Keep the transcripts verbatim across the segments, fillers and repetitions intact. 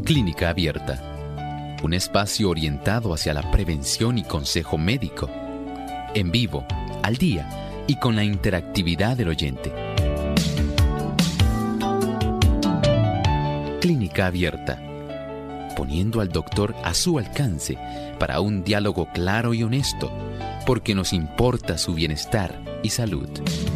Clínica Abierta, un espacio orientado hacia la prevención y consejo médico, en vivo, al día y con la interactividad del oyente. Clínica Abierta, poniendo al doctor a su alcance para un diálogo claro y honesto, porque nos importa su bienestar y salud.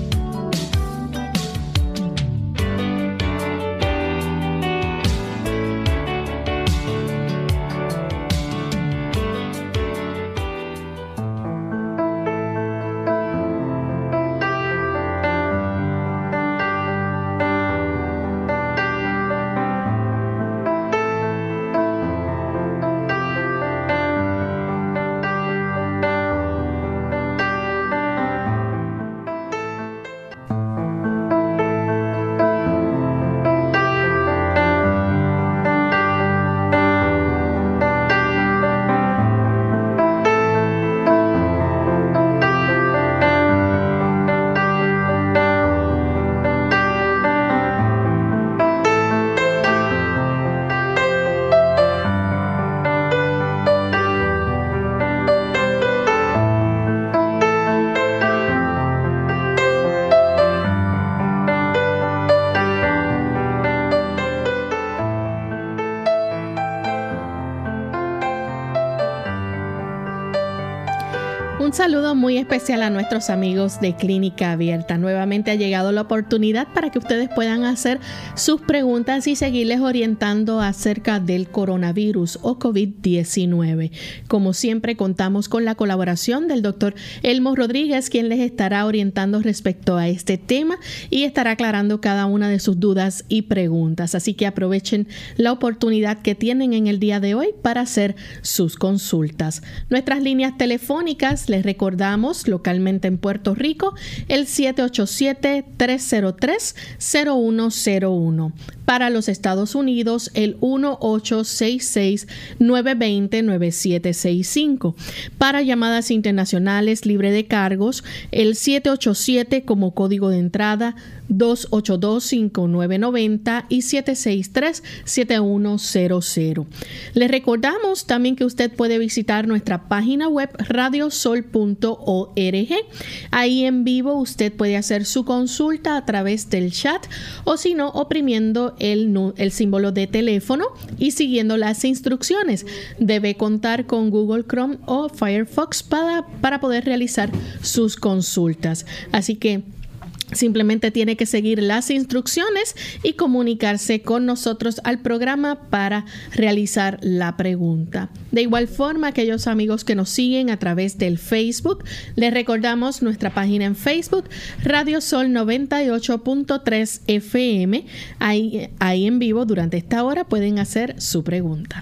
Un saludo muy especial a nuestros amigos de Clínica Abierta. Nuevamente ha llegado la oportunidad para que ustedes puedan hacer sus preguntas y seguirles orientando acerca del coronavirus o COVID diecinueve. Como siempre, contamos con la colaboración del doctor Elmo Rodríguez, quien les estará orientando respecto a este tema y estará aclarando cada una de sus dudas y preguntas. Así que aprovechen la oportunidad que tienen en el día de hoy para hacer sus consultas. Nuestras líneas telefónicas, les recordamos, localmente en Puerto Rico, el siete ocho siete, tres cero tres, cero uno cero uno. Para los Estados Unidos, el uno ocho seis seis, nueve dos cero, nueve siete seis cinco. Para llamadas internacionales libre de cargos, el siete ocho siete como código de entrada, dos ocho dos, cinco nueve nueve cero y siete seis tres, siete uno cero cero. Les recordamos también que usted puede visitar nuestra página web radio sol punto org. Ahí en vivo usted puede hacer su consulta a través del chat o si no, oprimiendo el, el símbolo de teléfono y siguiendo las instrucciones. Debe contar con Google Chrome o Firefox para, para poder realizar sus consultas. Así que simplemente tiene que seguir las instrucciones y comunicarse con nosotros al programa para realizar la pregunta. De igual forma, aquellos amigos que nos siguen a través del Facebook, les recordamos nuestra página en Facebook, Radio Sol noventa y ocho punto tres F M. Ahí, ahí en vivo durante esta hora pueden hacer su pregunta.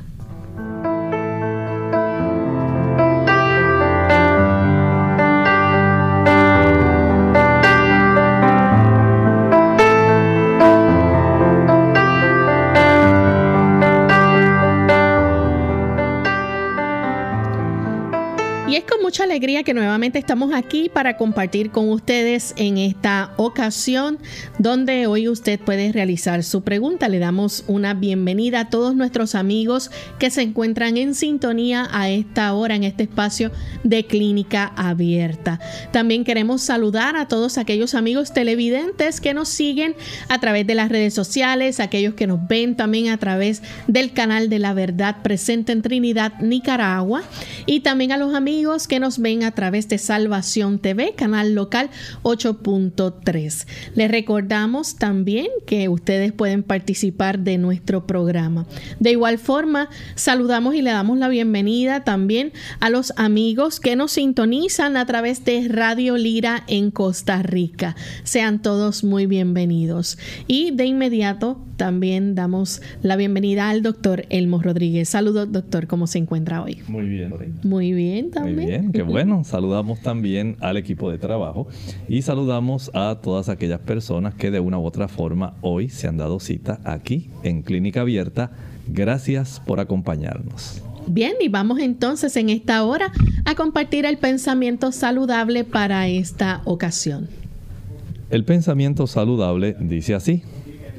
Mucha alegría que nuevamente estamos aquí para compartir con ustedes en esta ocasión donde hoy usted puede realizar su pregunta. Le damos una bienvenida a todos nuestros amigos que se encuentran en sintonía a esta hora en este espacio de Clínica Abierta. También queremos saludar a todos aquellos amigos televidentes que nos siguen a través de las redes sociales, aquellos que nos ven también a través del canal de La Verdad presente en Trinidad, Nicaragua, y también a los amigos que nos ven a través de Salvación T V, canal local ocho punto tres. Les recordamos también que ustedes pueden participar de nuestro programa. De igual forma, saludamos y le damos la bienvenida también a los amigos que nos sintonizan a través de Radio Lira en Costa Rica. Sean todos muy bienvenidos. Y de inmediato también damos la bienvenida al doctor Elmo Rodríguez. Saludos, doctor, ¿cómo se encuentra hoy? Muy bien. Muy bien también. Muy bien, qué bueno. Saludamos también al equipo de trabajo y saludamos a todas aquellas personas que de una u otra forma hoy se han dado cita aquí en Clínica Abierta. Gracias por acompañarnos. Bien, y vamos entonces en esta hora a compartir el pensamiento saludable para esta ocasión. El pensamiento saludable dice así: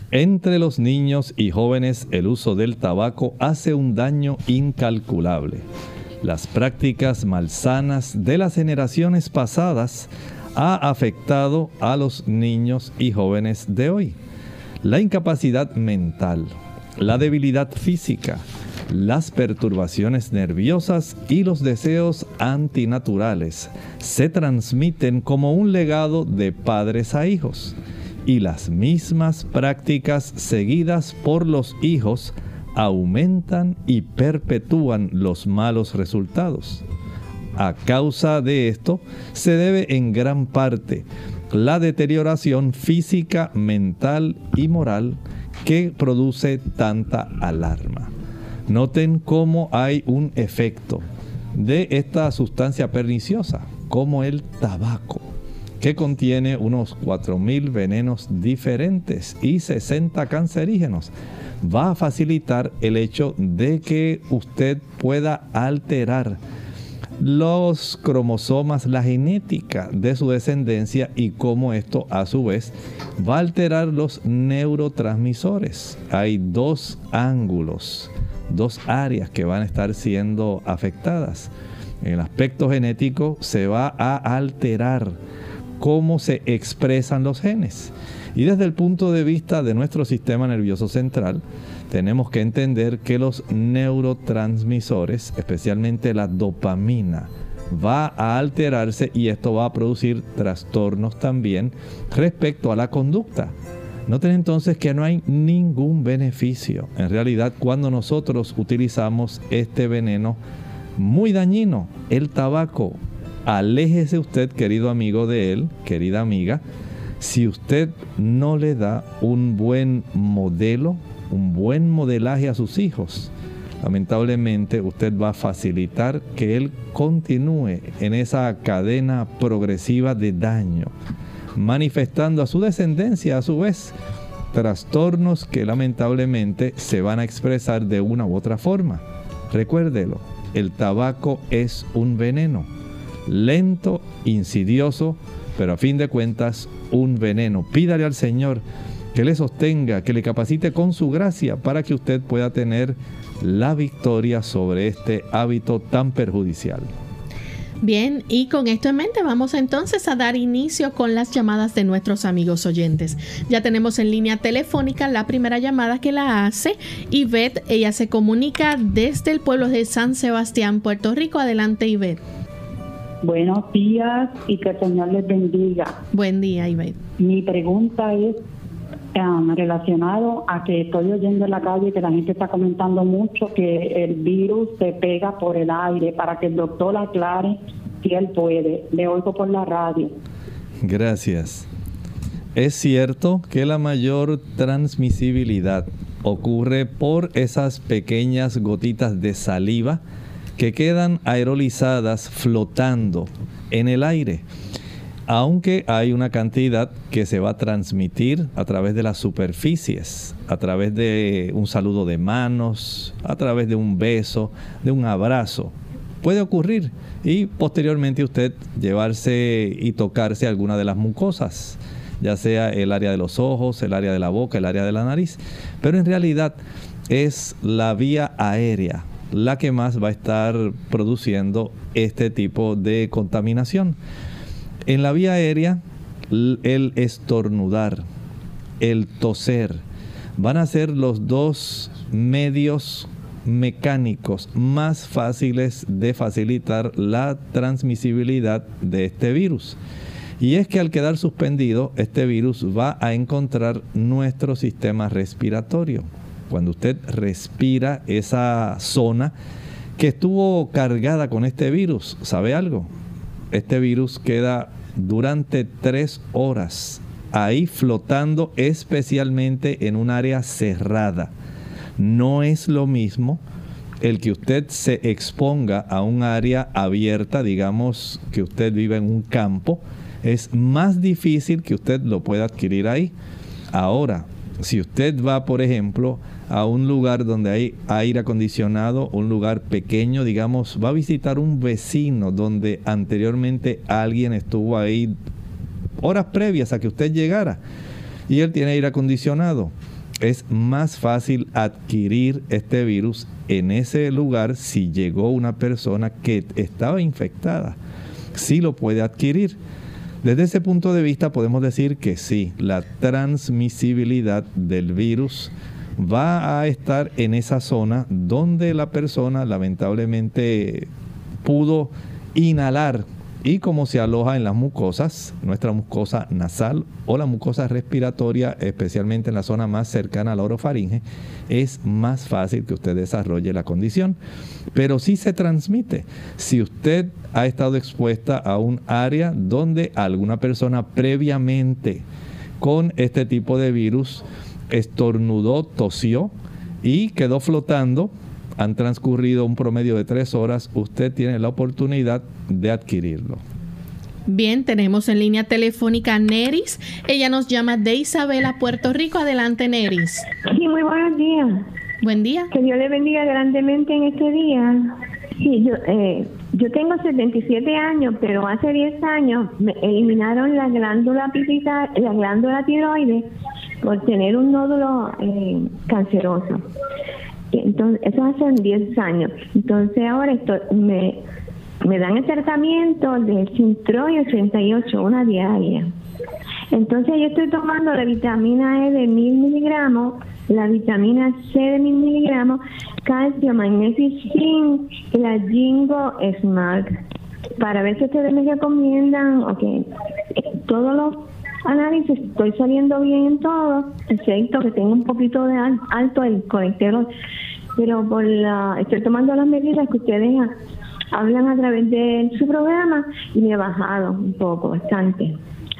Entre los niños y jóvenes el uso del tabaco hace un daño incalculable. Las prácticas malsanas de las generaciones pasadas ha afectado a los niños y jóvenes de hoy. La incapacidad mental, la debilidad física, las perturbaciones nerviosas y los deseos antinaturales se transmiten como un legado de padres a hijos, y las mismas prácticas seguidas por los hijos aumentan y perpetúan los malos resultados. A causa de esto, se debe en gran parte la deterioración física, mental y moral que produce tanta alarma. Noten cómo hay un efecto de esta sustancia perniciosa, como el tabaco, que contiene unos cuatro mil venenos diferentes y sesenta cancerígenos. Va a facilitar el hecho de que usted pueda alterar los cromosomas, la genética de su descendencia, y cómo esto a su vez va a alterar los neurotransmisores. Hay dos ángulos, dos áreas que van a estar siendo afectadas. En el aspecto genético se va a alterar cómo se expresan los genes. Y desde el punto de vista de nuestro sistema nervioso central, tenemos que entender que los neurotransmisores, especialmente la dopamina, va a alterarse, y esto va a producir trastornos también respecto a la conducta. Noten entonces que no hay ningún beneficio. En realidad, cuando nosotros utilizamos este veneno muy dañino, el tabaco, aléjese usted, querido amigo, de él, querida amiga. Si usted no le da un buen modelo, un buen modelaje a sus hijos, lamentablemente usted va a facilitar que él continúe en esa cadena progresiva de daño, manifestando a su descendencia a su vez trastornos que lamentablemente se van a expresar de una u otra forma. Recuérdelo, el tabaco es un veneno, lento, insidioso, pero a fin de cuentas un veneno. Pídale al Señor que le sostenga, que le capacite con su gracia para que usted pueda tener la victoria sobre este hábito tan perjudicial. Bien, y con esto en mente vamos entonces a dar inicio con las llamadas de nuestros amigos oyentes. Ya tenemos en línea telefónica la primera llamada, que la hace Ivette. Ella se comunica desde el pueblo de San Sebastián, Puerto Rico. Adelante, Ivette. Buenos días y que el Señor les bendiga. Buen día, Ivette. Mi pregunta es um, relacionado a que estoy oyendo en la calle que la gente está comentando mucho que el virus se pega por el aire, para que el doctor aclare si él puede. Le oigo por la radio. Gracias. Es cierto que la mayor transmisibilidad ocurre por esas pequeñas gotitas de saliva que quedan aerolizadas flotando en el aire, aunque hay una cantidad que se va a transmitir a través de las superficies, a través de un saludo de manos, a través de un beso, de un abrazo. Puede ocurrir, y posteriormente usted llevarse y tocarse alguna de las mucosas, ya sea el área de los ojos, el área de la boca, el área de la nariz, pero en realidad es la vía aérea la que más va a estar produciendo este tipo de contaminación. En la vía aérea, el estornudar, el toser, van a ser los dos medios mecánicos más fáciles de facilitar la transmisibilidad de este virus. Y es que al quedar suspendido, este virus va a encontrar nuestro sistema respiratorio. Cuando usted respira esa zona que estuvo cargada con este virus, ¿sabe algo? Este virus queda durante tres horas ahí flotando, especialmente en un área cerrada. No es lo mismo el que usted se exponga a un área abierta, digamos que usted vive en un campo. Es más difícil que usted lo pueda adquirir ahí. Ahora, si usted va, por ejemplo, a un lugar donde hay aire acondicionado, un lugar pequeño, digamos, va a visitar un vecino donde anteriormente alguien estuvo ahí horas previas a que usted llegara, y él tiene aire acondicionado, es más fácil adquirir este virus en ese lugar si llegó una persona que estaba infectada. Sí lo puede adquirir. Desde ese punto de vista podemos decir que sí, la transmisibilidad del virus va a estar en esa zona donde la persona lamentablemente pudo inhalar, y como se aloja en las mucosas, nuestra mucosa nasal o la mucosa respiratoria, especialmente en la zona más cercana a la orofaringe, es más fácil que usted desarrolle la condición. Pero sí se transmite. Si usted ha estado expuesta a un área donde alguna persona previamente con este tipo de virus estornudó, tosió y quedó flotando, han transcurrido un promedio de tres horas, usted tiene la oportunidad de adquirirlo. Bien, tenemos en línea telefónica a Neris. Ella nos llama de Isabela, Puerto Rico. Adelante, Neris. Sí, muy buenos días. Buen día. Que Dios le bendiga grandemente en este día. Sí, yo, eh, yo tengo setenta y siete años, pero hace diez años me eliminaron la glándula pituitaria, la glándula tiroides, por tener un nódulo eh, canceroso. Entonces, eso hace diez años. Entonces ahora esto, me, me dan el tratamiento de Synthroid ochenta y ocho, una diaria. Entonces yo estoy tomando la vitamina E de mil miligramos, la vitamina C de mil miligramos, calcio, magnesio y zinc y la Jingo Smart. Para ver si ustedes me recomiendan, ok, todos los análisis, estoy saliendo bien en todo, excepto que tengo un poquito de al, alto el colesterol, pero por la, estoy tomando las medidas que ustedes ha, hablan a través de su programa y me he bajado un poco, bastante.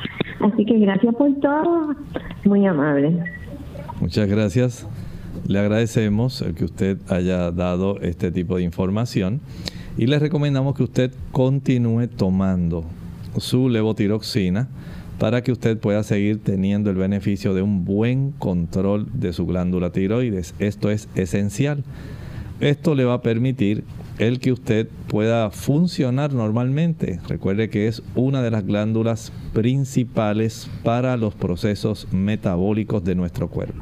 Así que gracias por todo, muy amable. Muchas gracias. Le agradecemos el que usted haya dado este tipo de información y le recomendamos que usted continúe tomando su levotiroxina para que usted pueda seguir teniendo el beneficio de un buen control de su glándula tiroides. Esto es esencial. Esto le va a permitir el que usted pueda funcionar normalmente. Recuerde que es una de las glándulas principales para los procesos metabólicos de nuestro cuerpo.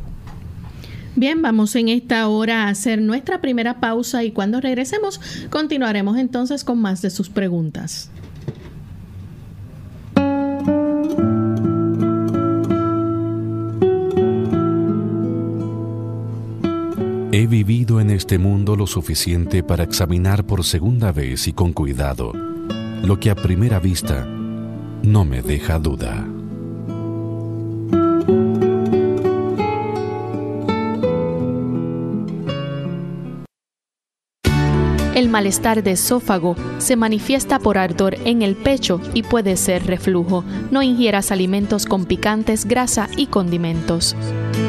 Bien, vamos en esta hora a hacer nuestra primera pausa y cuando regresemos continuaremos entonces con más de sus preguntas. He vivido en este mundo lo suficiente para examinar por segunda vez y con cuidado lo que a primera vista no me deja duda. El malestar de esófago se manifiesta por ardor en el pecho y puede ser reflujo. No ingieras alimentos con picantes, grasa y condimentos.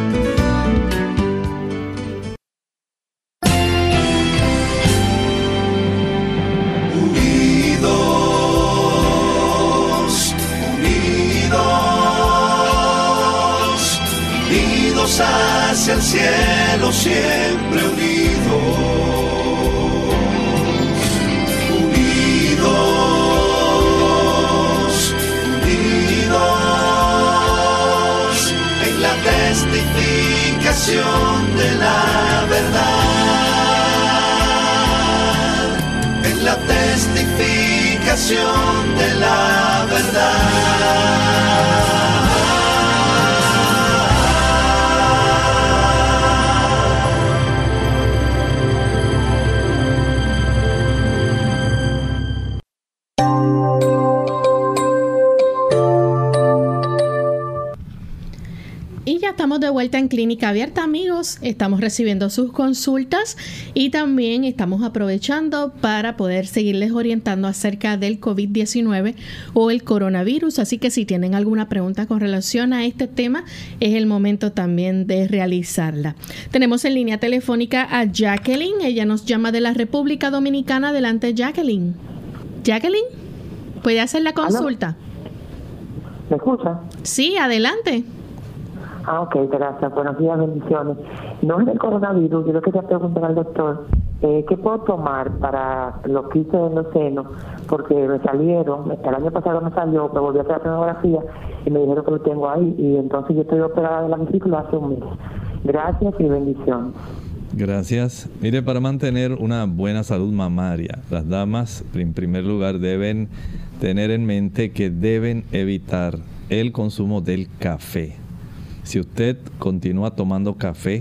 Hacia el cielo siempre unidos, unidos, unidos en la testificación de la verdad, en la testificación de la verdad. Estamos de vuelta en Clínica Abierta, amigos. Estamos recibiendo sus consultas y también estamos aprovechando para poder seguirles orientando acerca del COVID diecinueve o el coronavirus. Así que si tienen alguna pregunta con relación a este tema, es el momento también de realizarla. Tenemos en línea telefónica a Jacqueline. Ella nos llama de la República Dominicana. Adelante, Jacqueline. Jacqueline, ¿puede hacer la consulta? ¿Me escucha? Sí, adelante. Ah, ok, gracias. Buenos días, bendiciones. No es del coronavirus, yo le quería preguntar al doctor, eh, ¿qué puedo tomar para los quistes en los senos? Porque me salieron, el año pasado me salió, me volví a hacer la tomografía y me dijeron que lo tengo ahí, y entonces yo estoy operada de la vesícula hace un mes. Gracias y bendiciones. Gracias. Mire, para mantener una buena salud mamaria, las damas en primer lugar deben tener en mente que deben evitar el consumo del café. Si usted continúa tomando café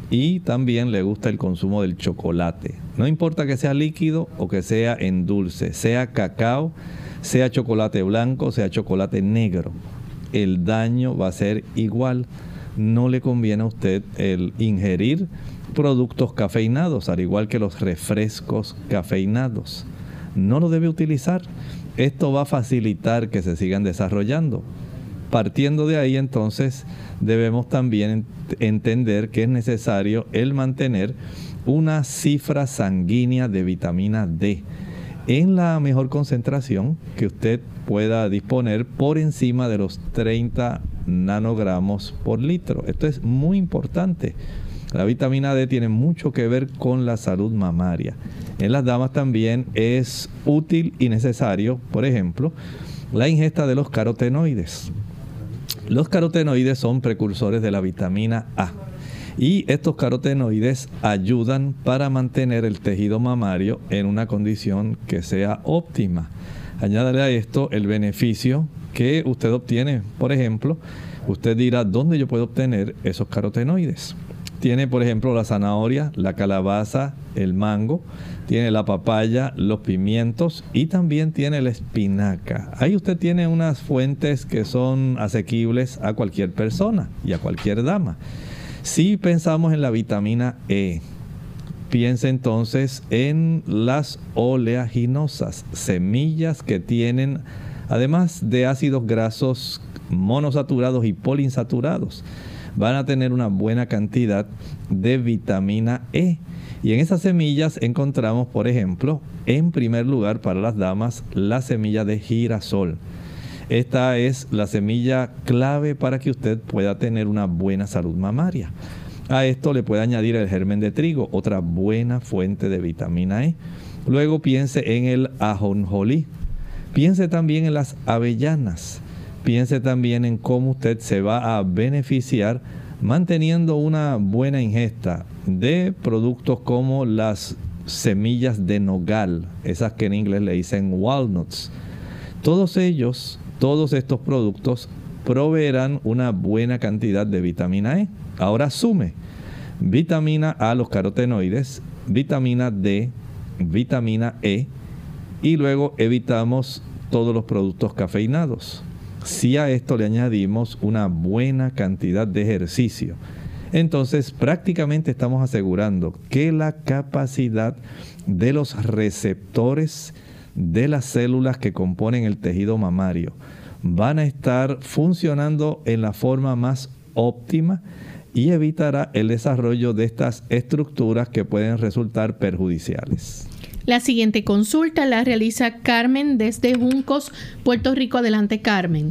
y también le gusta el consumo del chocolate, no importa que sea líquido o que sea en dulce, sea cacao, sea chocolate blanco, sea chocolate negro, el daño va a ser igual. No le conviene a usted el ingerir productos cafeinados, al igual que los refrescos cafeinados. No lo debe utilizar. Esto va a facilitar que se sigan desarrollando. Partiendo de ahí, entonces, debemos también entender que es necesario el mantener una cifra sanguínea de vitamina D en la mejor concentración que usted pueda disponer, por encima de los treinta nanogramos por litro. Esto es muy importante. La vitamina D tiene mucho que ver con la salud mamaria. En las damas también es útil y necesario, por ejemplo, la ingesta de los carotenoides. Los carotenoides son precursores de la vitamina A. Y estos carotenoides ayudan para mantener el tejido mamario en una condición que sea óptima. Añádale a esto el beneficio que usted obtiene. Por ejemplo, usted dirá, ¿dónde yo puedo obtener esos carotenoides? Tiene, por ejemplo, la zanahoria, la calabaza, el mango, tiene la papaya, los pimientos y también tiene la espinaca. Ahí usted tiene unas fuentes que son asequibles a cualquier persona y a cualquier dama. Si pensamos en la vitamina E, piense entonces en las oleaginosas, semillas que tienen, además de ácidos grasos monosaturados y poliinsaturados, van a tener una buena cantidad de vitamina E. Y en esas semillas encontramos, por ejemplo, en primer lugar para las damas, la semilla de girasol. Esta es la semilla clave para que usted pueda tener una buena salud mamaria. A esto le puede añadir el germen de trigo, otra buena fuente de vitamina E. Luego piense en el ajonjolí. Piense también en las avellanas. Piense también en cómo usted se va a beneficiar manteniendo una buena ingesta de productos como las semillas de nogal, esas que en inglés le dicen walnuts. Todos ellos, todos estos productos proveerán una buena cantidad de vitamina E. Ahora sume vitamina A, los carotenoides, vitamina D, vitamina E, y luego evitamos todos los productos cafeinados. Si a esto le añadimos una buena cantidad de ejercicio, entonces prácticamente estamos asegurando que la capacidad de los receptores de las células que componen el tejido mamario van a estar funcionando en la forma más óptima y evitará el desarrollo de estas estructuras que pueden resultar perjudiciales. La siguiente consulta la realiza Carmen desde Juncos, Puerto Rico. Adelante, Carmen.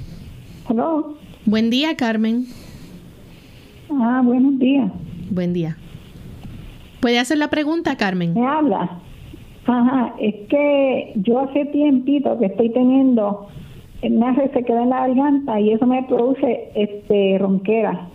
Hello. Buen día, Carmen. Ah, buenos días. Buen día. ¿Puede hacer la pregunta, Carmen? ¿Me habla? Ajá, es que yo hace tiempito que estoy teniendo una resequedad en la garganta y eso me produce este ronquera.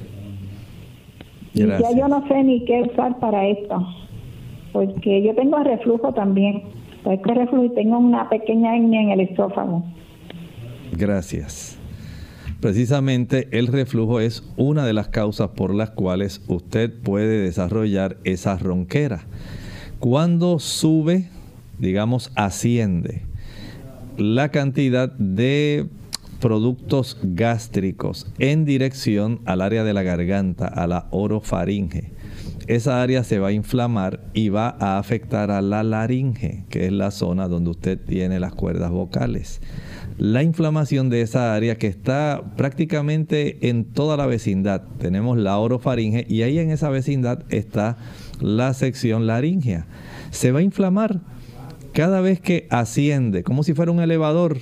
Y ya yo no sé ni qué usar para esto, porque yo tengo reflujo también. Tengo reflujo y tengo una pequeña hernia en el esófago. Gracias. Precisamente el reflujo es una de las causas por las cuales usted puede desarrollar esa ronquera. Cuando sube, digamos, asciende la cantidad de productos gástricos en dirección al área de la garganta, a la orofaringe, esa área se va a inflamar y va a afectar a la laringe, que es la zona donde usted tiene las cuerdas vocales. La inflamación de esa área, que está prácticamente en toda la vecindad, tenemos la orofaringe y ahí en esa vecindad está la sección laríngea, se va a inflamar cada vez que asciende, como si fuera un elevador,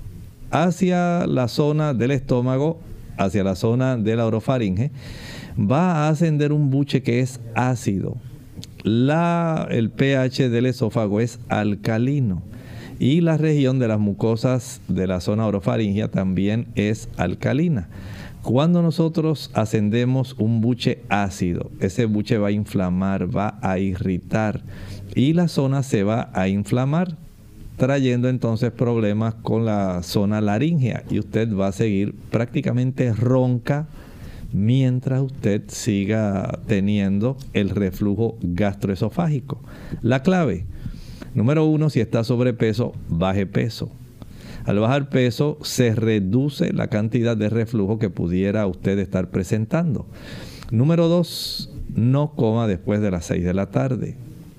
hacia la zona del estómago, hacia la zona de la orofaringe. Va a ascender un buche que es ácido. La, el pH del esófago es alcalino y la región de las mucosas de la zona orofaringea también es alcalina. Cuando nosotros ascendemos un buche ácido, ese buche va a inflamar, va a irritar y la zona se va a inflamar, trayendo entonces problemas con la zona laríngea y usted va a seguir prácticamente ronca mientras usted siga teniendo el reflujo gastroesofágico. La clave, número uno, si está sobrepeso, baje peso. Al bajar peso se reduce la cantidad de reflujo que pudiera usted estar presentando. Número dos, no coma después de las seis de la tarde.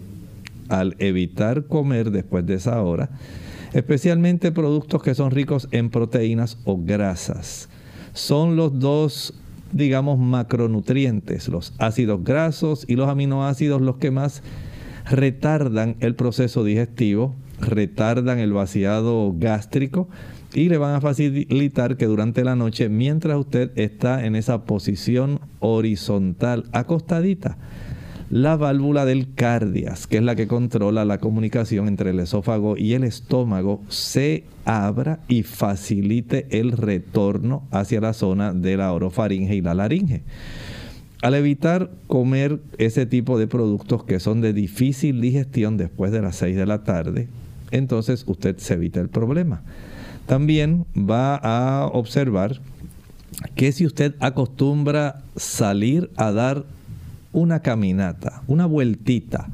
Al evitar comer después de esa hora, especialmente productos que son ricos en proteínas o grasas, son los dos, digamos, macronutrientes, los ácidos grasos y los aminoácidos, los que más retardan el proceso digestivo, retardan el vaciado gástrico y le van a facilitar que durante la noche, mientras usted está en esa posición horizontal, acostadita, la válvula del cardias, que es la que controla la comunicación entre el esófago y el estómago, se abra y facilite el retorno hacia la zona de la orofaringe y la laringe. Al evitar comer ese tipo de productos que son de difícil digestión después de las seis de la tarde, entonces usted se evita el problema. También va a observar que si usted acostumbra salir a dar una caminata, una vueltita,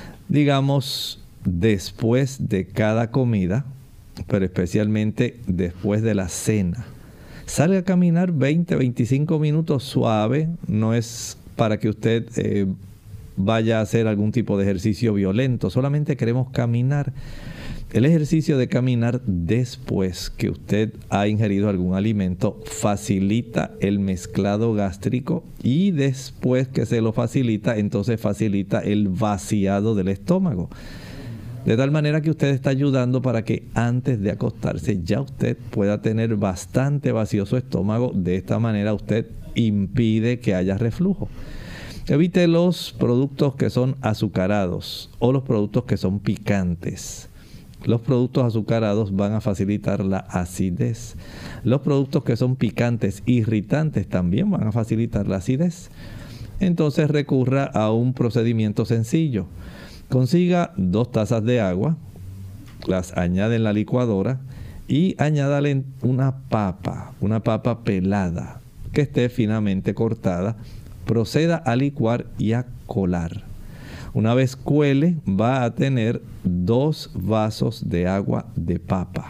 digamos, después de cada comida, pero especialmente después de la cena, sale a caminar veinte, veinticinco minutos suave, no es para que usted eh, vaya a hacer algún tipo de ejercicio violento, solamente queremos caminar. El ejercicio de caminar después que usted ha ingerido algún alimento facilita el mezclado gástrico y después que se lo facilita, entonces facilita el vaciado del estómago. De tal manera que usted está ayudando para que antes de acostarse ya usted pueda tener bastante vacío su estómago. De esta manera usted impide que haya reflujo. Evite los productos que son azucarados o los productos que son picantes. Los productos azucarados van a facilitar la acidez. Los productos que son picantes, irritantes, también van a facilitar la acidez. Entonces recurra a un procedimiento sencillo. Consiga dos tazas de agua, las añade en la licuadora y añádale una papa, una papa pelada que esté finamente cortada. Proceda a licuar y a colar. Una vez cuele, va a tener dos vasos de agua de papa.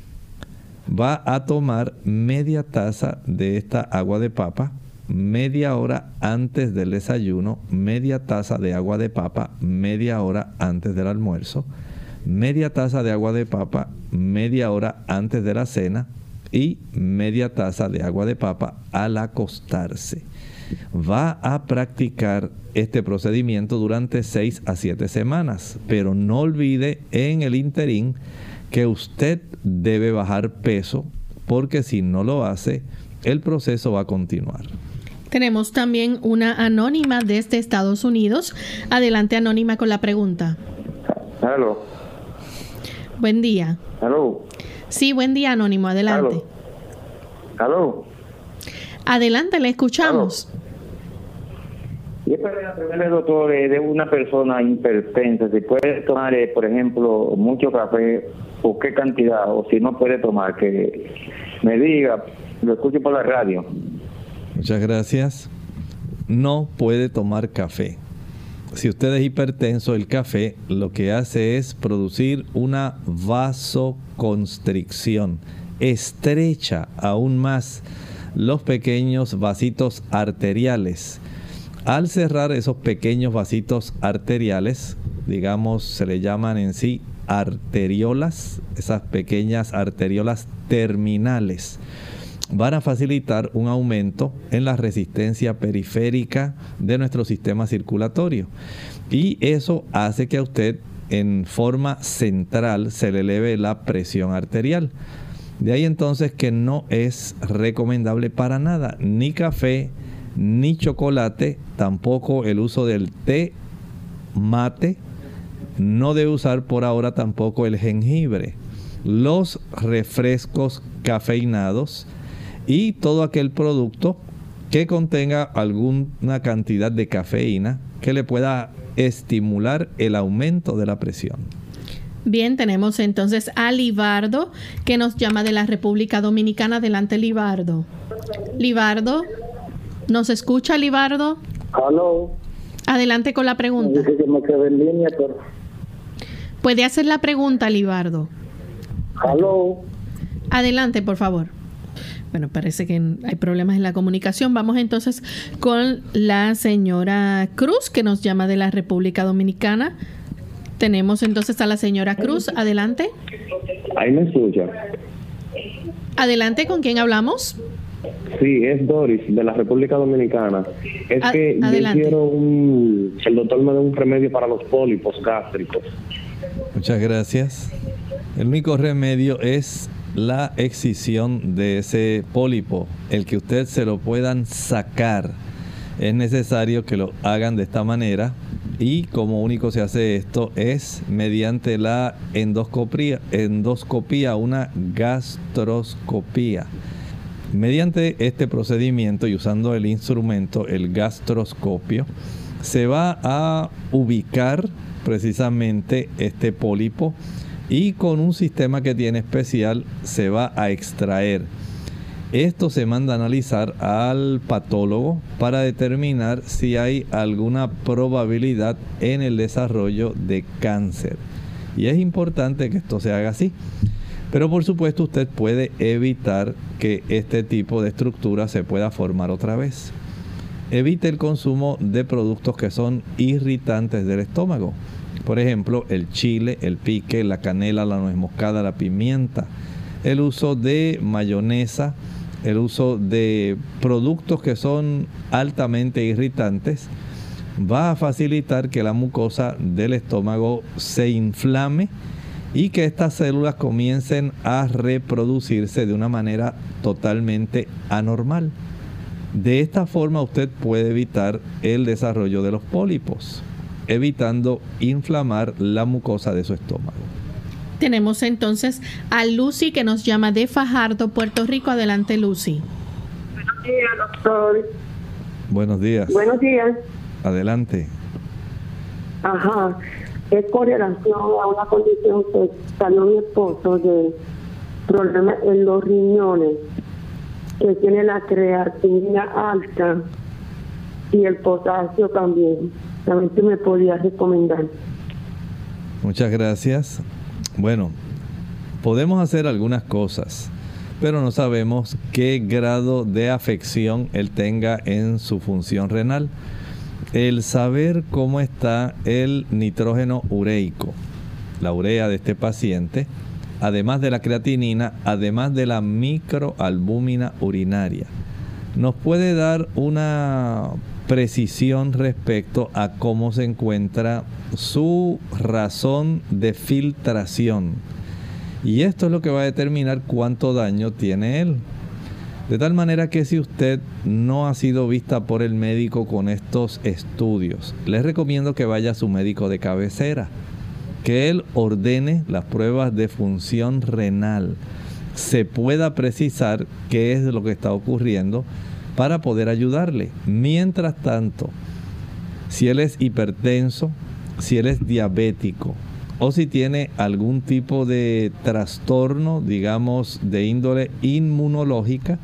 Va a tomar media taza de esta agua de papa, media hora antes del desayuno, media taza de agua de papa, media hora antes del almuerzo, media taza de agua de papa, media hora antes de la cena y media taza de agua de papa al acostarse. Va a practicar este procedimiento durante seis a siete semanas, pero no olvide en el interín que usted debe bajar peso, porque si no lo hace, el proceso va a continuar. Tenemos también una anónima desde Estados Unidos. Adelante, anónima, con la pregunta. Aló. Buen día. Aló. Sí, buen día, anónimo, adelante. Aló. Aló. Adelante, le escuchamos. Aló. Y es para preguntarle, doctor, de una persona hipertensa, si puede tomar, eh, por ejemplo, mucho café, o qué cantidad, o si no puede tomar, que me diga, lo escucho por la radio. Muchas gracias. No puede tomar café. Si usted es hipertenso, el café lo que hace es producir una vasoconstricción, estrecha aún más los pequeños vasitos arteriales. Al cerrar esos pequeños vasitos arteriales, digamos, se le llaman en sí arteriolas, esas pequeñas arteriolas terminales, van a facilitar un aumento en la resistencia periférica de nuestro sistema circulatorio. Y eso hace que a usted, en forma central, se le eleve la presión arterial. De ahí entonces que no es recomendable para nada, ni café, ni chocolate, tampoco el uso del té, mate, no debe usar por ahora tampoco el jengibre, los refrescos cafeinados y todo aquel producto que contenga alguna cantidad de cafeína que le pueda estimular el aumento de la presión. Bien, tenemos entonces a Libardo, que nos llama de la República Dominicana. Adelante, Libardo. Libardo, ¿nos escucha, Libardo? Aló. Adelante con la pregunta. Dice que me quedé en línea, pero... Puede hacer la pregunta, Libardo. Aló. Adelante, por favor. Bueno, parece que hay problemas en la comunicación. Vamos entonces con la señora Cruz, que nos llama de la República Dominicana. Tenemos entonces a la señora Cruz. Adelante. Ahí me escucha. Adelante, ¿con quién hablamos? Sí, es Doris, de la República Dominicana. Es A- que adelante. yo quiero un... el doctor me dé un remedio para los pólipos gástricos. Muchas gracias. El único remedio es la excisión de ese pólipo, el que usted se lo puedan sacar. Es necesario que lo hagan de esta manera, y como único se hace esto es mediante la endoscopía, endoscopía, una gastroscopía. Mediante este procedimiento y usando el instrumento, el gastroscopio, se va a ubicar precisamente este pólipo, y con un sistema que tiene especial se va a extraer. Esto se manda a analizar al patólogo para determinar si hay alguna probabilidad en el desarrollo de cáncer. Y es importante que esto se haga así. Pero por supuesto usted puede evitar que este tipo de estructura se pueda formar otra vez. Evite el consumo de productos que son irritantes del estómago. Por ejemplo, el chile, el pique, la canela, la nuez moscada, la pimienta. El uso de mayonesa, el uso de productos que son altamente irritantes va a facilitar que la mucosa del estómago se inflame y que estas células comiencen a reproducirse de una manera totalmente anormal. De esta forma usted puede evitar el desarrollo de los pólipos, evitando inflamar la mucosa de su estómago. Tenemos entonces a Lucy, que nos llama de Fajardo, Puerto Rico. Adelante, Lucy. Buenos días, doctor. Buenos días. Buenos días. Adelante. Ajá. Es con relación a una condición que salió mi esposo de problemas en los riñones, que tiene la creatinina alta y el potasio también. También tú me podías recomendar. Muchas gracias. Bueno, podemos hacer algunas cosas, pero no sabemos qué grado de afección él tenga en su función renal. El saber cómo está el nitrógeno ureico, la urea de este paciente, además de la creatinina, además de la microalbúmina urinaria, nos puede dar una precisión respecto a cómo se encuentra su razón de filtración. Y esto es lo que va a determinar cuánto daño tiene él. De tal manera que si usted no ha sido vista por el médico con estos estudios, les recomiendo que vaya a su médico de cabecera, que él ordene las pruebas de función renal, se pueda precisar qué es lo que está ocurriendo para poder ayudarle. Mientras tanto, si él es hipertenso, si él es diabético o si tiene algún tipo de trastorno, digamos, de índole inmunológica,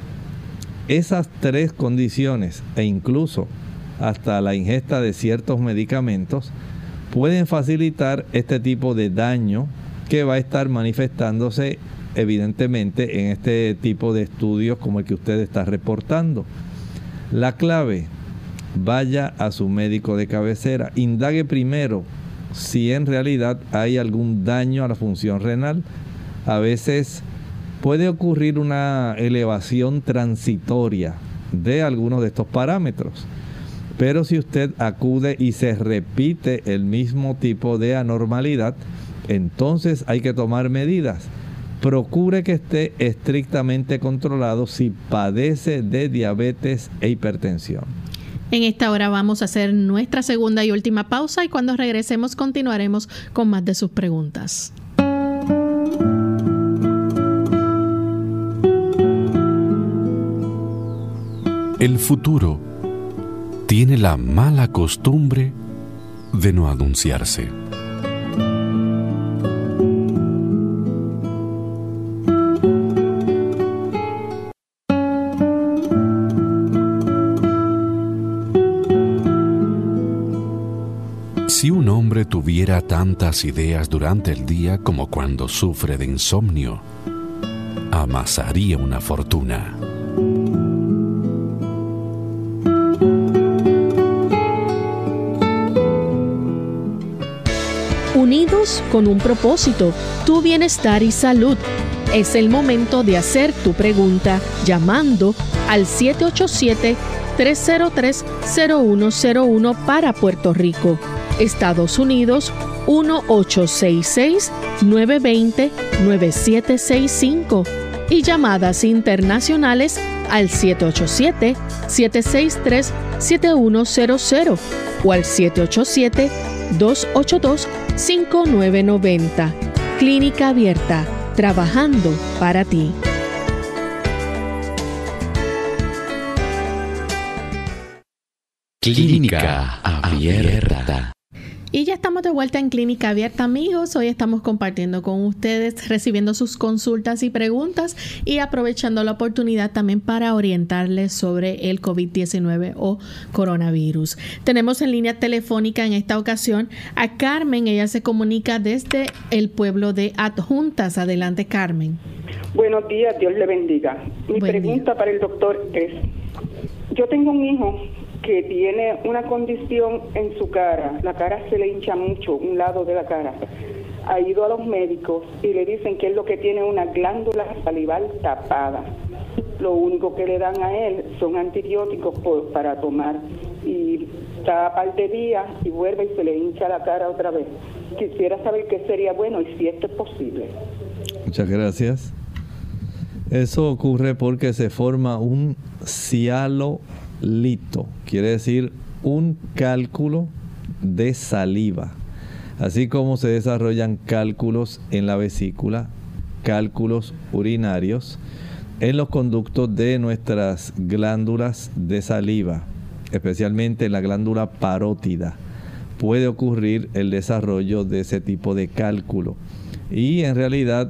esas tres condiciones e incluso hasta la ingesta de ciertos medicamentos pueden facilitar este tipo de daño que va a estar manifestándose evidentemente en este tipo de estudios como el que usted está reportando. La clave: vaya a su médico de cabecera, indague primero si en realidad hay algún daño a la función renal. A veces puede ocurrir una elevación transitoria de algunos de estos parámetros, pero si usted acude y se repite el mismo tipo de anormalidad, entonces hay que tomar medidas. Procure que esté estrictamente controlado si padece de diabetes e hipertensión. En esta hora vamos a hacer nuestra segunda y última pausa, y cuando regresemos continuaremos con más de sus preguntas. El futuro tiene la mala costumbre de no anunciarse. Si un hombre tuviera tantas ideas durante el día como cuando sufre de insomnio, amasaría una fortuna. Unidos con un propósito, tu bienestar y salud. Es el momento de hacer tu pregunta llamando al siete ocho siete, tres cero tres, cero uno cero uno para Puerto Rico. Estados Unidos, uno ocho seis seis, nueve dos cero, nueve siete seis cinco. Y llamadas internacionales al siete ocho siete, siete seis tres, siete uno cero cero o al siete ocho siete, dos ocho dos, cinco nueve nueve cero. Clínica Abierta, trabajando para ti. Clínica Abierta. Y ya estamos de vuelta en Clínica Abierta, amigos. Hoy estamos compartiendo con ustedes, recibiendo sus consultas y preguntas y aprovechando la oportunidad también para orientarles sobre el COVID diecinueve o coronavirus. Tenemos en línea telefónica en esta ocasión a Carmen. Ella se comunica desde el pueblo de Adjuntas. Adelante, Carmen. Buenos días, Dios le bendiga. Mi Buen pregunta día. para el doctor es, yo tengo un hijo que tiene una condición en su cara, la cara se le hincha mucho, un lado de la cara. Ha ido a los médicos y le dicen que es lo que tiene una glándula salival tapada. Lo único que le dan a él son antibióticos por, para tomar. Y cada par de días y vuelve y se le hincha la cara otra vez. Quisiera saber qué sería bueno y si esto es posible. Muchas gracias. Eso ocurre porque se forma un cialolito, quiere decir un cálculo de saliva. Así como se desarrollan cálculos en la vesícula, cálculos urinarios, en los conductos de nuestras glándulas de saliva, especialmente en la glándula parótida, puede ocurrir el desarrollo de ese tipo de cálculo. Y en realidad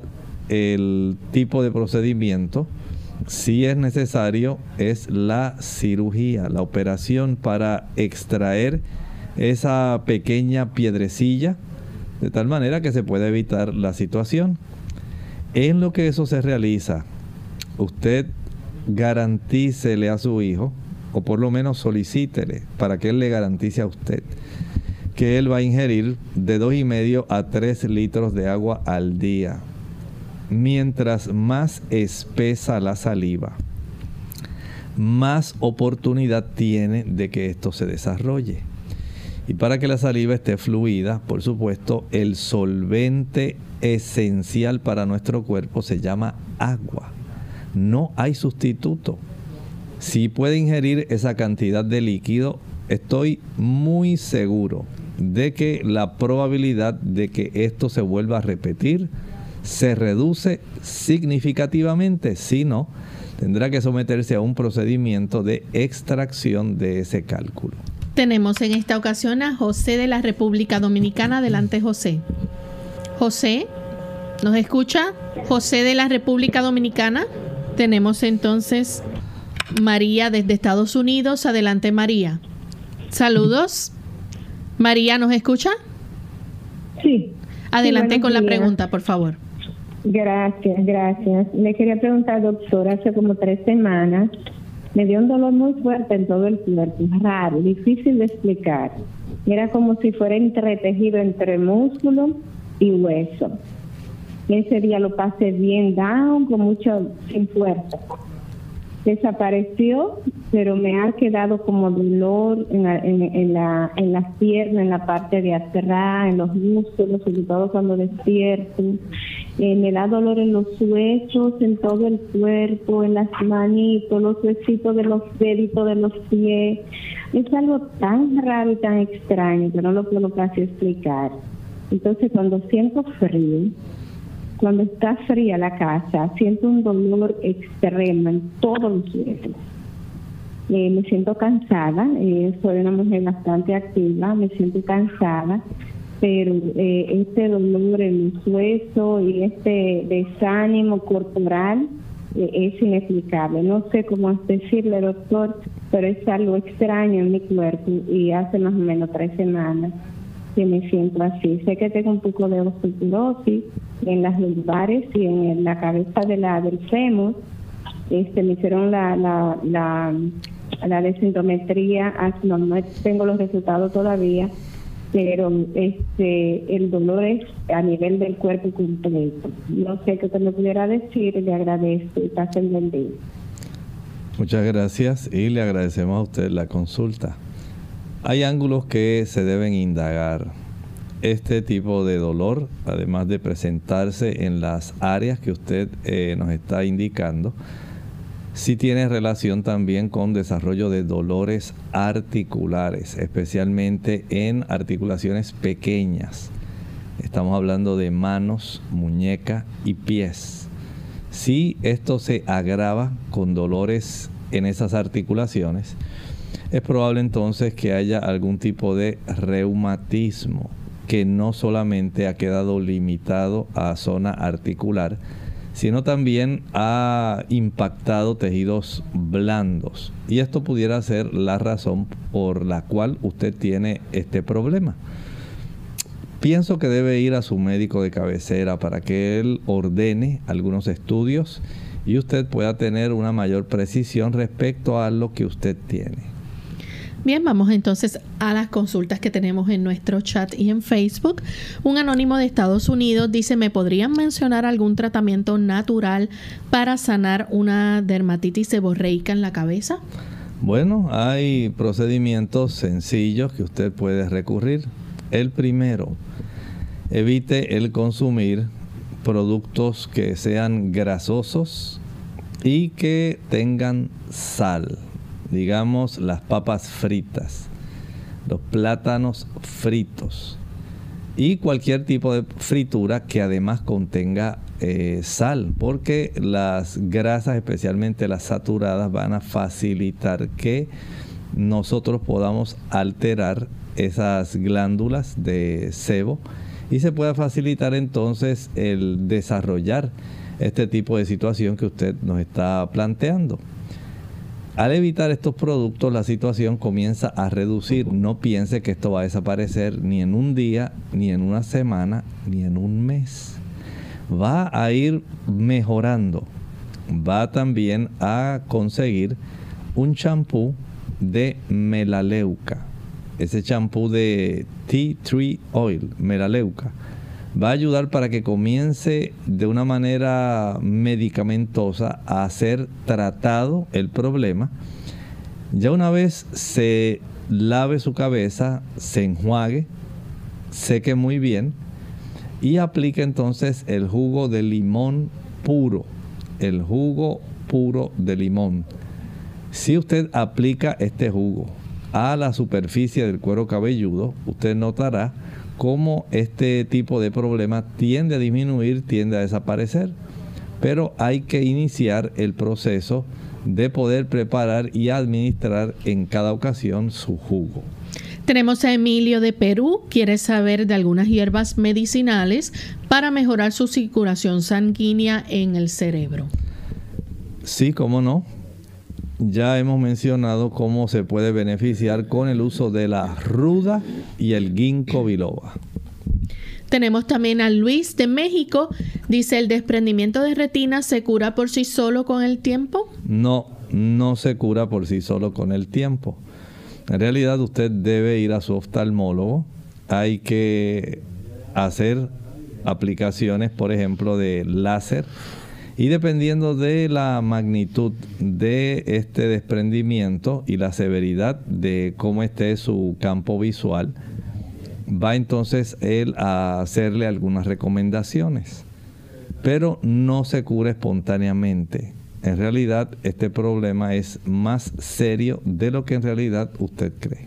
el tipo de procedimiento, si es necesario, es la cirugía, la operación para extraer esa pequeña piedrecilla, de tal manera que se pueda evitar la situación. En lo que eso se realiza, usted garantícele a su hijo, o por lo menos solicítele para que él le garantice a usted que él va a ingerir de dos y medio a tres litros de agua al día. Mientras más espesa la saliva, más oportunidad tiene de que esto se desarrolle. Y para que la saliva esté fluida, por supuesto, el solvente esencial para nuestro cuerpo se llama agua. No hay sustituto. Si puede ingerir esa cantidad de líquido, estoy muy seguro de que la probabilidad de que esto se vuelva a repetir se reduce significativamente. Si no, tendrá que someterse a un procedimiento de extracción de ese cálculo. Tenemos en esta ocasión a José de la República Dominicana. Adelante, José. José, ¿nos escucha? José de la República Dominicana. Tenemos entonces María desde Estados Unidos. Adelante, María. Saludos. María, ¿nos escucha? Sí. Adelante sí, con la días. pregunta, por favor. Gracias, gracias. Le quería preguntar, doctor, hace como tres semanas me dio un dolor muy fuerte en todo el cuerpo, raro, difícil de explicar. Era como si fuera entretejido entre músculo y hueso. Ese día lo pasé bien down, con mucho, sin fuerza. Desapareció, pero me ha quedado como dolor en, la, en, en, la, en las piernas, en la parte de atrás, en los músculos, sobre todo cuando despierto. Eh, me da dolor en los huesos, en todo el cuerpo, en las manitos, los huesitos de los deditos de los pies. Es algo tan raro y tan extraño que no lo puedo casi explicar. Entonces, cuando siento frío, cuando está fría la casa, siento un dolor extremo en todos los huesos. Eh, me siento cansada, eh, soy una mujer bastante activa, me siento cansada, pero eh, este dolor en los huesos y este desánimo corporal eh, es inexplicable. No sé cómo decirle, doctor, pero es algo extraño en mi cuerpo y hace más o menos tres semanas que me siento así. Sé que tengo un poco de osteoporosis en las lumbares y en la cabeza de la del fémur. Este, me hicieron la la la, la densitometría, no, no tengo los resultados todavía, pero este el dolor es a nivel del cuerpo completo. No sé qué usted me pudiera decir, le agradezco y pasen buen día. Muchas gracias y le agradecemos a usted la consulta. Hay ángulos que se deben indagar. Este tipo de dolor, además de presentarse en las áreas que usted eh, nos está indicando, sí tiene relación también con desarrollo de dolores articulares, especialmente en articulaciones pequeñas. Estamos hablando de manos, muñeca y pies. Si esto se agrava con dolores en esas articulaciones, es probable entonces que haya algún tipo de reumatismo que no solamente ha quedado limitado a zona articular, sino también ha impactado tejidos blandos. Y esto pudiera ser la razón por la cual usted tiene este problema. Pienso que debe ir a su médico de cabecera para que él ordene algunos estudios y usted pueda tener una mayor precisión respecto a lo que usted tiene. Bien, vamos entonces a las consultas que tenemos en nuestro chat y en Facebook. Un anónimo de Estados Unidos dice, ¿me podrían mencionar algún tratamiento natural para sanar una dermatitis seborreica en la cabeza? Bueno, hay procedimientos sencillos que usted puede recurrir. El primero, evite el consumir productos que sean grasosos y que tengan sal. Digamos, las papas fritas, los plátanos fritos y cualquier tipo de fritura que además contenga eh, sal, porque las grasas, especialmente las saturadas, van a facilitar que nosotros podamos alterar esas glándulas de sebo y se pueda facilitar entonces el desarrollar este tipo de situación que usted nos está planteando. Al evitar estos productos, la situación comienza a reducir. No piense que esto va a desaparecer ni en un día, ni en una semana, ni en un mes. Va a ir mejorando. Va también a conseguir un champú de melaleuca. Ese champú de Tea Tree Oil, melaleuca, va a ayudar para que comience de una manera medicamentosa a ser tratado el problema. Ya una vez se lave su cabeza, se enjuague, seque muy bien y aplique entonces el jugo de limón puro, el jugo puro de limón. Si usted aplica este jugo a la superficie del cuero cabelludo, usted notará cómo este tipo de problema tiende a disminuir, tiende a desaparecer. Pero hay que iniciar el proceso de poder preparar y administrar en cada ocasión su jugo. Tenemos a Emilio de Perú, quiere saber de algunas hierbas medicinales para mejorar su circulación sanguínea en el cerebro. Sí, cómo no. Ya hemos mencionado cómo se puede beneficiar con el uso de la ruda y el ginkgo biloba. Tenemos también a Luis de México. Dice, ¿el desprendimiento de retina se cura por sí solo con el tiempo? No, no se cura por sí solo con el tiempo. En realidad usted debe ir a su oftalmólogo. Hay que hacer aplicaciones, por ejemplo, de láser. Y dependiendo de la magnitud de este desprendimiento y la severidad de cómo esté su campo visual, va entonces él a hacerle algunas recomendaciones. Pero no se cura espontáneamente. En realidad, este problema es más serio de lo que en realidad usted cree.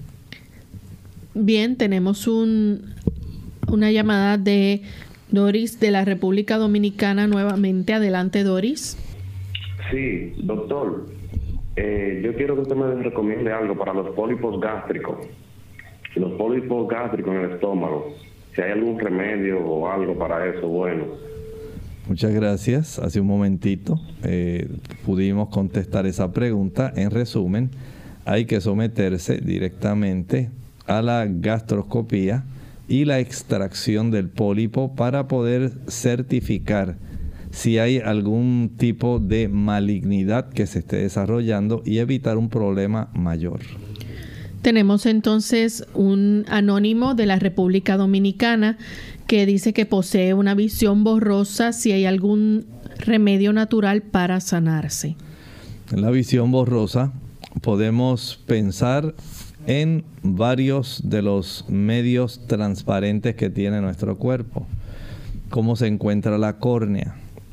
Bien, tenemos un, una llamada de Doris de la República Dominicana nuevamente. Adelante, Doris. Sí, doctor. Eh, yo quiero que usted me recomiende algo para los pólipos gástricos. Los pólipos gástricos en el estómago. Si hay algún remedio o algo para eso, bueno. Muchas gracias. Hace un momentito eh, pudimos contestar esa pregunta. En resumen, hay que someterse directamente a la gastroscopía y la extracción del pólipo para poder certificar si hay algún tipo de malignidad que se esté desarrollando y evitar un problema mayor. Tenemos entonces un anónimo de la República Dominicana que dice que posee una visión borrosa, si hay algún remedio natural para sanarse. En la visión borrosa podemos pensar en varios de los medios transparentes que tiene nuestro cuerpo. ¿Cómo se encuentra la córnea?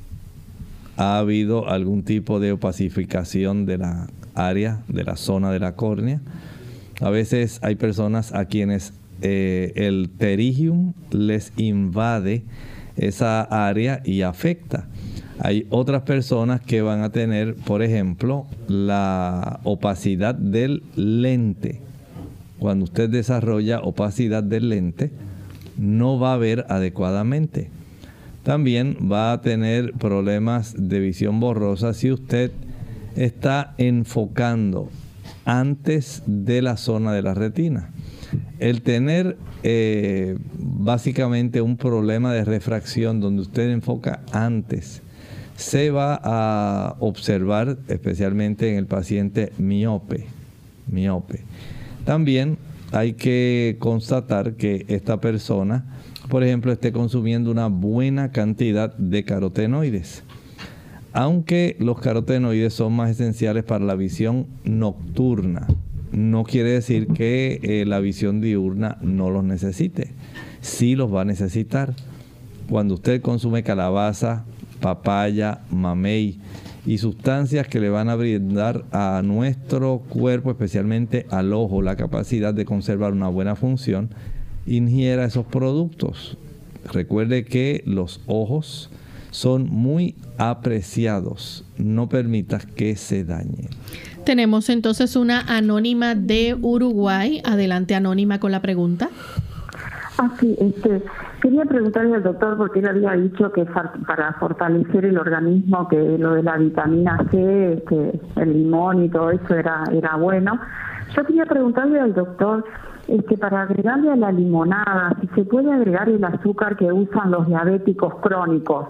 ¿Ha habido algún tipo de opacificación de la área, de la zona de la córnea? A veces hay personas a quienes eh, el pterygium les invade esa área y afecta. Hay otras personas que van a tener, por ejemplo, la opacidad del lente. Cuando usted desarrolla opacidad del lente, no va a ver adecuadamente. También va a tener problemas de visión borrosa si usted está enfocando antes de la zona de la retina. El tener eh, básicamente un problema de refracción donde usted enfoca antes, se va a observar especialmente en el paciente miope. miope. También hay que constatar que esta persona, por ejemplo, esté consumiendo una buena cantidad de carotenoides. Aunque los carotenoides son más esenciales para la visión nocturna, no quiere decir que eh, la visión diurna no los necesite. Sí los va a necesitar. Cuando usted consume calabaza, papaya, mamey y sustancias que le van a brindar a nuestro cuerpo, especialmente al ojo, la capacidad de conservar una buena función, ingiera esos productos. Recuerde que los ojos son muy apreciados. No permitas que se dañen. Tenemos entonces una anónima de Uruguay. Adelante, anónima, con la pregunta. Ah, sí, este, quería preguntarle al doctor porque él había dicho que para fortalecer el organismo, que lo de la vitamina C, que el limón y todo eso era, era bueno. Yo quería preguntarle al doctor este, para agregarle a la limonada, si se puede agregar el azúcar que usan los diabéticos crónicos.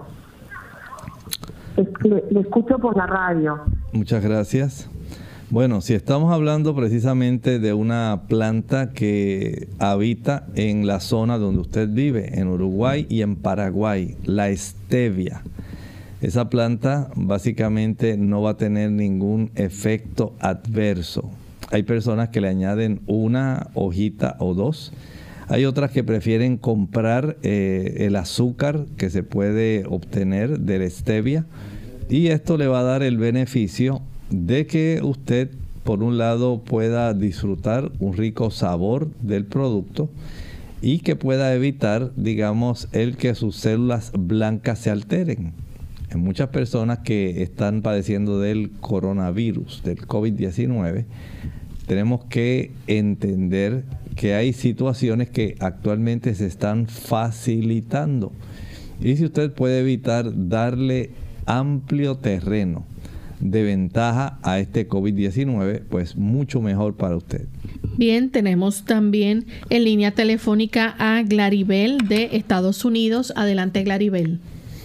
Le, le escucho por la radio. Muchas gracias. Bueno, si estamos hablando precisamente de una planta que habita en la zona donde usted vive, en Uruguay y en Paraguay, la stevia. Esa planta básicamente no va a tener ningún efecto adverso. Hay personas que le añaden una hojita o dos. Hay otras que prefieren comprar eh, el azúcar que se puede obtener de la stevia. Y esto le va a dar el beneficio de que usted, por un lado, pueda disfrutar un rico sabor del producto y que pueda evitar, digamos, el que sus células blancas se alteren. En muchas personas que están padeciendo del coronavirus, del COVID diecinueve, tenemos que entender que hay situaciones que actualmente se están facilitando. Y si usted puede evitar darle amplio terreno de ventaja a este COVID diecinueve, pues mucho mejor para usted. Bien, tenemos también en línea telefónica a Claribel de Estados Unidos. Adelante, Claribel.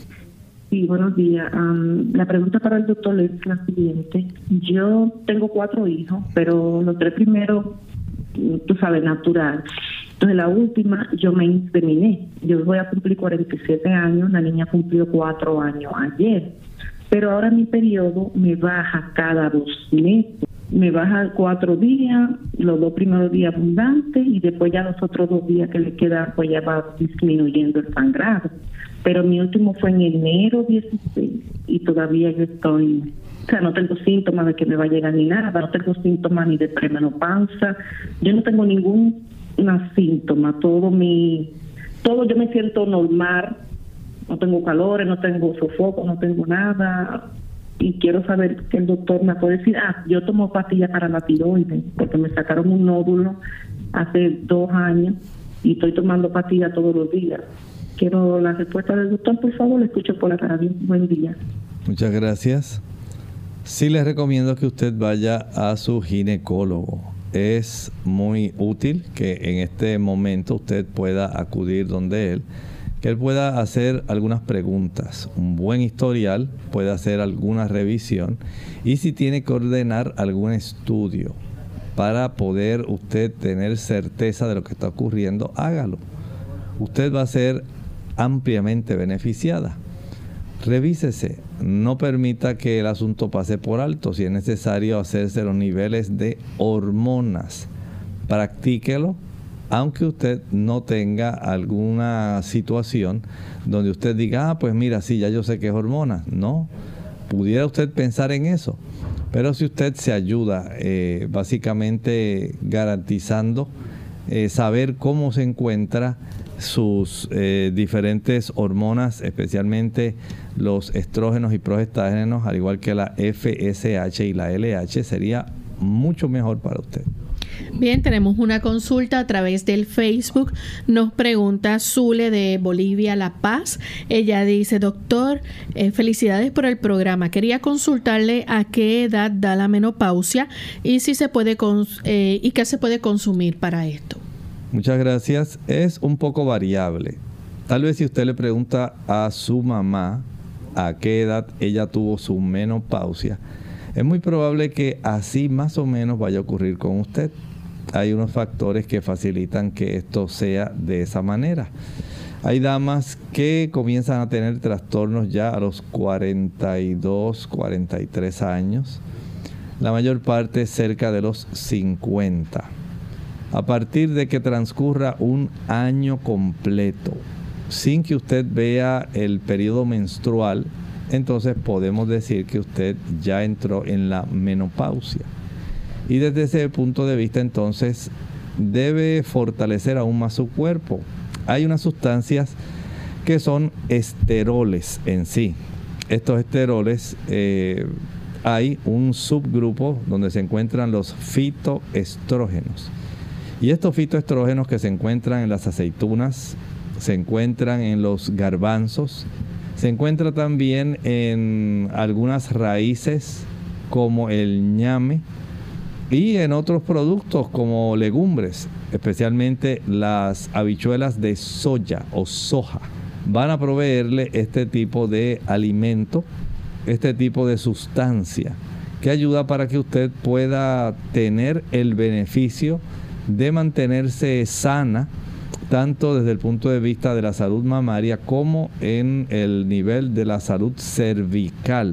Sí, buenos días. Um, la pregunta para el doctor es la siguiente. Yo tengo cuatro hijos, pero los tres primeros, tú sabes, natural. Entonces, la última, yo me inseminé. Yo voy a cumplir cuarenta y siete años, la niña cumplió cuatro años ayer. Pero ahora mi periodo me baja cada dos meses. Me baja cuatro días, los dos primeros días abundantes, y después ya los otros dos días que le quedan, pues ya va disminuyendo el sangrado. Pero mi último fue en enero dieciséis y todavía yo estoy, o sea, no tengo síntomas de que me va a llegar ni nada, no tengo síntomas ni de premenopausia, yo no tengo ningún una síntoma, todo mi, todo yo me siento normal, no tengo calores, no tengo sofoco, no tengo nada, y quiero saber que el doctor me puede decir, ah, yo tomo pastillas para la tiroides, porque me sacaron un nódulo hace dos años y estoy tomando pastillas todos los días. Quiero la respuesta del doctor, por favor, le escucho por la radio. Buen día. Muchas gracias. Sí les recomiendo que usted vaya a su ginecólogo. Es muy útil que en este momento usted pueda acudir donde él, que él pueda hacer algunas preguntas, un buen historial, puede hacer alguna revisión y si tiene que ordenar algún estudio para poder usted tener certeza de lo que está ocurriendo, hágalo. Usted va a ser ampliamente beneficiada. Revísese, no permita que el asunto pase por alto. Si es necesario hacerse los niveles de hormonas, practíquelo, aunque usted no tenga alguna situación donde usted diga, ah, pues mira, sí, ya yo sé que es hormona. No, pudiera usted pensar en eso. Pero si usted se ayuda, eh, básicamente garantizando eh, saber cómo se encuentra sus eh, diferentes hormonas, especialmente los estrógenos y progestágenos, al igual que la F S H y la L H, sería mucho mejor para usted. Bien, tenemos una consulta a través del Facebook. Nos pregunta Zule de Bolivia, La Paz. Ella dice, doctor, eh, felicidades por el programa. Quería consultarle a qué edad da la menopausia y si se puede cons- eh, y qué se puede consumir para esto. Muchas gracias. Es un poco variable. Tal vez si usted le pregunta a su mamá a qué edad ella tuvo su menopausia, es muy probable que así más o menos vaya a ocurrir con usted. Hay unos factores que facilitan que esto sea de esa manera. Hay damas que comienzan a tener trastornos ya a los cuarenta y dos, cuarenta y tres años. La mayor parte cerca de los cincuenta. A partir de que transcurra un año completo sin que usted vea el periodo menstrual, entonces podemos decir que usted ya entró en la menopausia. Y desde ese punto de vista, entonces, debe fortalecer aún más su cuerpo. Hay unas sustancias que son esteroles en sí. Estos esteroles, eh, hay un subgrupo donde se encuentran los fitoestrógenos. Y estos fitoestrógenos que se encuentran en las aceitunas, se encuentran en los garbanzos, se encuentra también en algunas raíces como el ñame y en otros productos como legumbres, especialmente las habichuelas de soya o soja. Van a proveerle este tipo de alimento, este tipo de sustancia que ayuda para que usted pueda tener el beneficio de mantenerse sana, tanto desde el punto de vista de la salud mamaria como en el nivel de la salud cervical.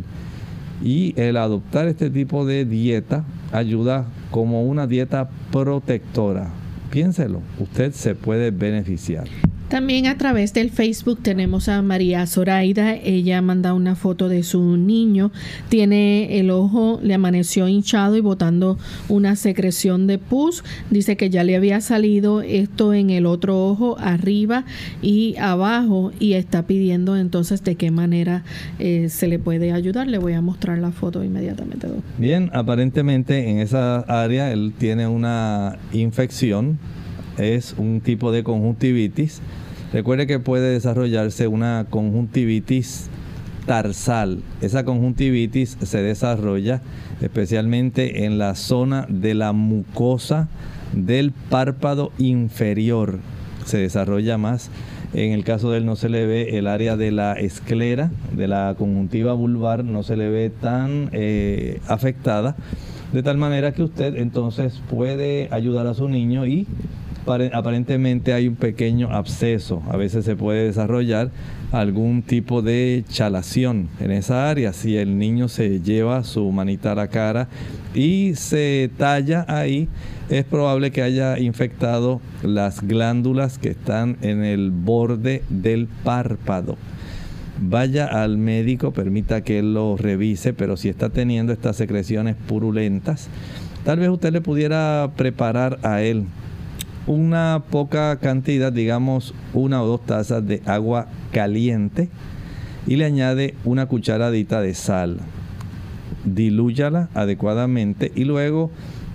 Y el adoptar este tipo de dieta ayuda como una dieta protectora. Piénselo, usted se puede beneficiar. También a través del Facebook tenemos a María Zoraida. Ella manda una foto de su niño. Tiene el ojo, le amaneció hinchado y botando una secreción de pus. Dice que ya le había salido esto en el otro ojo, arriba y abajo, y está pidiendo entonces de qué manera eh, se le puede ayudar. Le voy a mostrar la foto inmediatamente. Bien, aparentemente en esa área él tiene una infección. Es un tipo de conjuntivitis. Recuerde que puede desarrollarse una conjuntivitis tarsal. Esa conjuntivitis se desarrolla especialmente en la zona de la mucosa del párpado inferior. Se desarrolla más. En el caso de él no se le ve el área de la esclera, de la conjuntiva vulvar, no se le ve tan eh, afectada. De tal manera que usted entonces puede ayudar a su niño y aparentemente hay un pequeño absceso. A veces se puede desarrollar algún tipo de chalación en esa área. Si el niño se lleva su manita a la cara y se talla ahí, es probable que haya infectado las glándulas que están en el borde del párpado. Vaya al médico, permita que él lo revise, pero si está teniendo estas secreciones purulentas, tal vez usted le pudiera preparar a él una poca cantidad, digamos una o dos tazas de agua caliente y le añade una cucharadita de sal. dilúyala adecuadamente y luego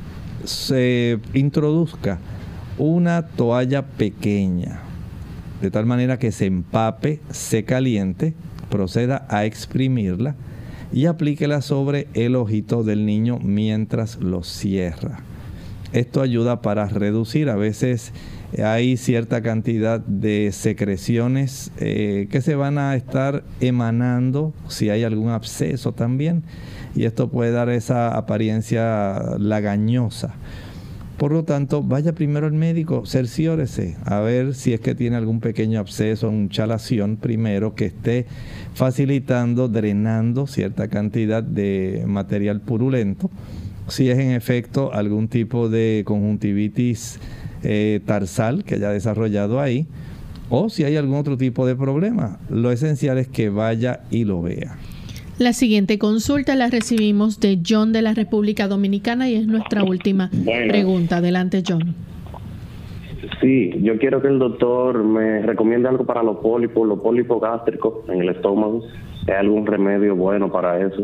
se introduzca una toalla pequeña, de tal manera que se empape, se caliente, proceda a exprimirla y aplíquela sobre el ojito del niño mientras lo cierra. Esto ayuda para reducir, a veces hay cierta cantidad de secreciones eh, que se van a estar emanando si hay algún absceso también, y esto puede dar esa apariencia lagañosa. Por lo tanto, vaya primero al médico, cerciórese a ver si es que tiene algún pequeño absceso, una chalación primero que esté facilitando, drenando cierta cantidad de material purulento. Si es en efecto algún tipo de conjuntivitis eh, tarsal que haya desarrollado ahí, o si hay algún otro tipo de problema. Lo esencial es que vaya y lo vea. La siguiente consulta la recibimos de John de la República Dominicana y es nuestra última bueno. pregunta. Adelante, John. Sí, yo quiero que el doctor me recomiende algo para los pólipos, los pólipos gástricos en el estómago. ¿Hay algún remedio bueno para eso?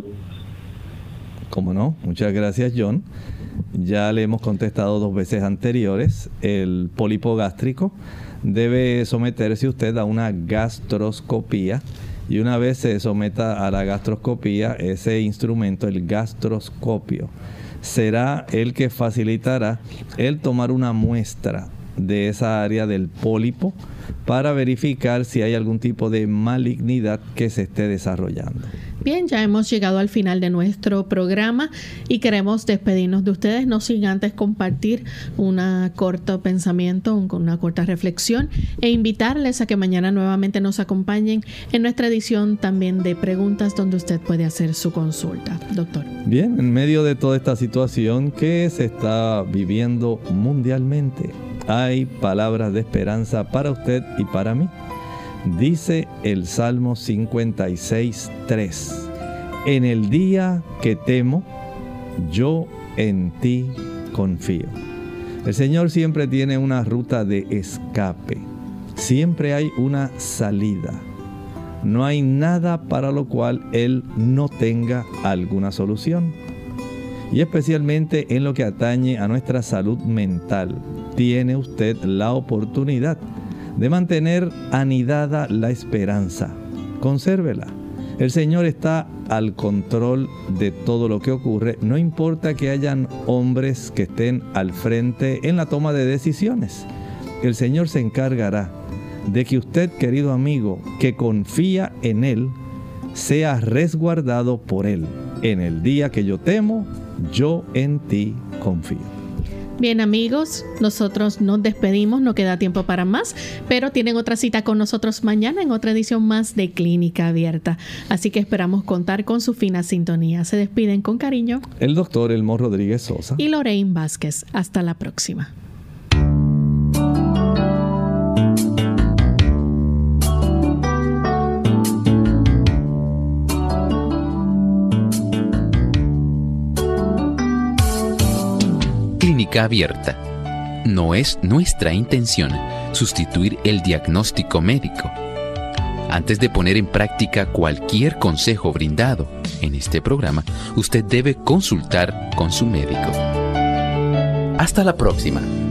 ¿Cómo no? Muchas gracias, John. Ya le hemos contestado dos veces anteriores. El pólipo gástrico debe someterse usted a una gastroscopía. Y una vez se someta a la gastroscopía, ese instrumento, el gastroscopio, será el que facilitará el tomar una muestra de esa área del pólipo para verificar si hay algún tipo de malignidad que se esté desarrollando. Bien, ya hemos llegado al final de nuestro programa y queremos despedirnos de ustedes, no sin antes compartir un corto pensamiento, una corta reflexión e invitarles a que mañana nuevamente nos acompañen en nuestra edición también de preguntas donde usted puede hacer su consulta. Doctor. Bien, en medio de toda esta situación que se está viviendo mundialmente, hay palabras de esperanza para usted y para mí. Dice el Salmo cincuenta y seis, tres. En el día que temo, yo en ti confío. El Señor siempre tiene una ruta de escape. Siempre hay una salida. No hay nada para lo cual Él no tenga alguna solución. Y especialmente en lo que atañe a nuestra salud mental, tiene usted la oportunidad de mantener anidada la esperanza. Consérvela. El Señor está al control de todo lo que ocurre. No importa que hayan hombres que estén al frente en la toma de decisiones. El Señor se encargará de que usted, querido amigo, que confía en Él, sea resguardado por Él. En el día que yo temo, yo en ti confío. Bien, amigos, nosotros nos despedimos, no queda tiempo para más, pero tienen otra cita con nosotros mañana en otra edición más de Clínica Abierta. Así que esperamos contar con su fina sintonía. Se despiden con cariño el doctor Elmo Rodríguez Sosa y Lorraine Vázquez. Hasta la próxima. Clínica Abierta. No es nuestra intención sustituir el diagnóstico médico. Antes de poner en práctica cualquier consejo brindado en este programa, usted debe consultar con su médico. Hasta la próxima.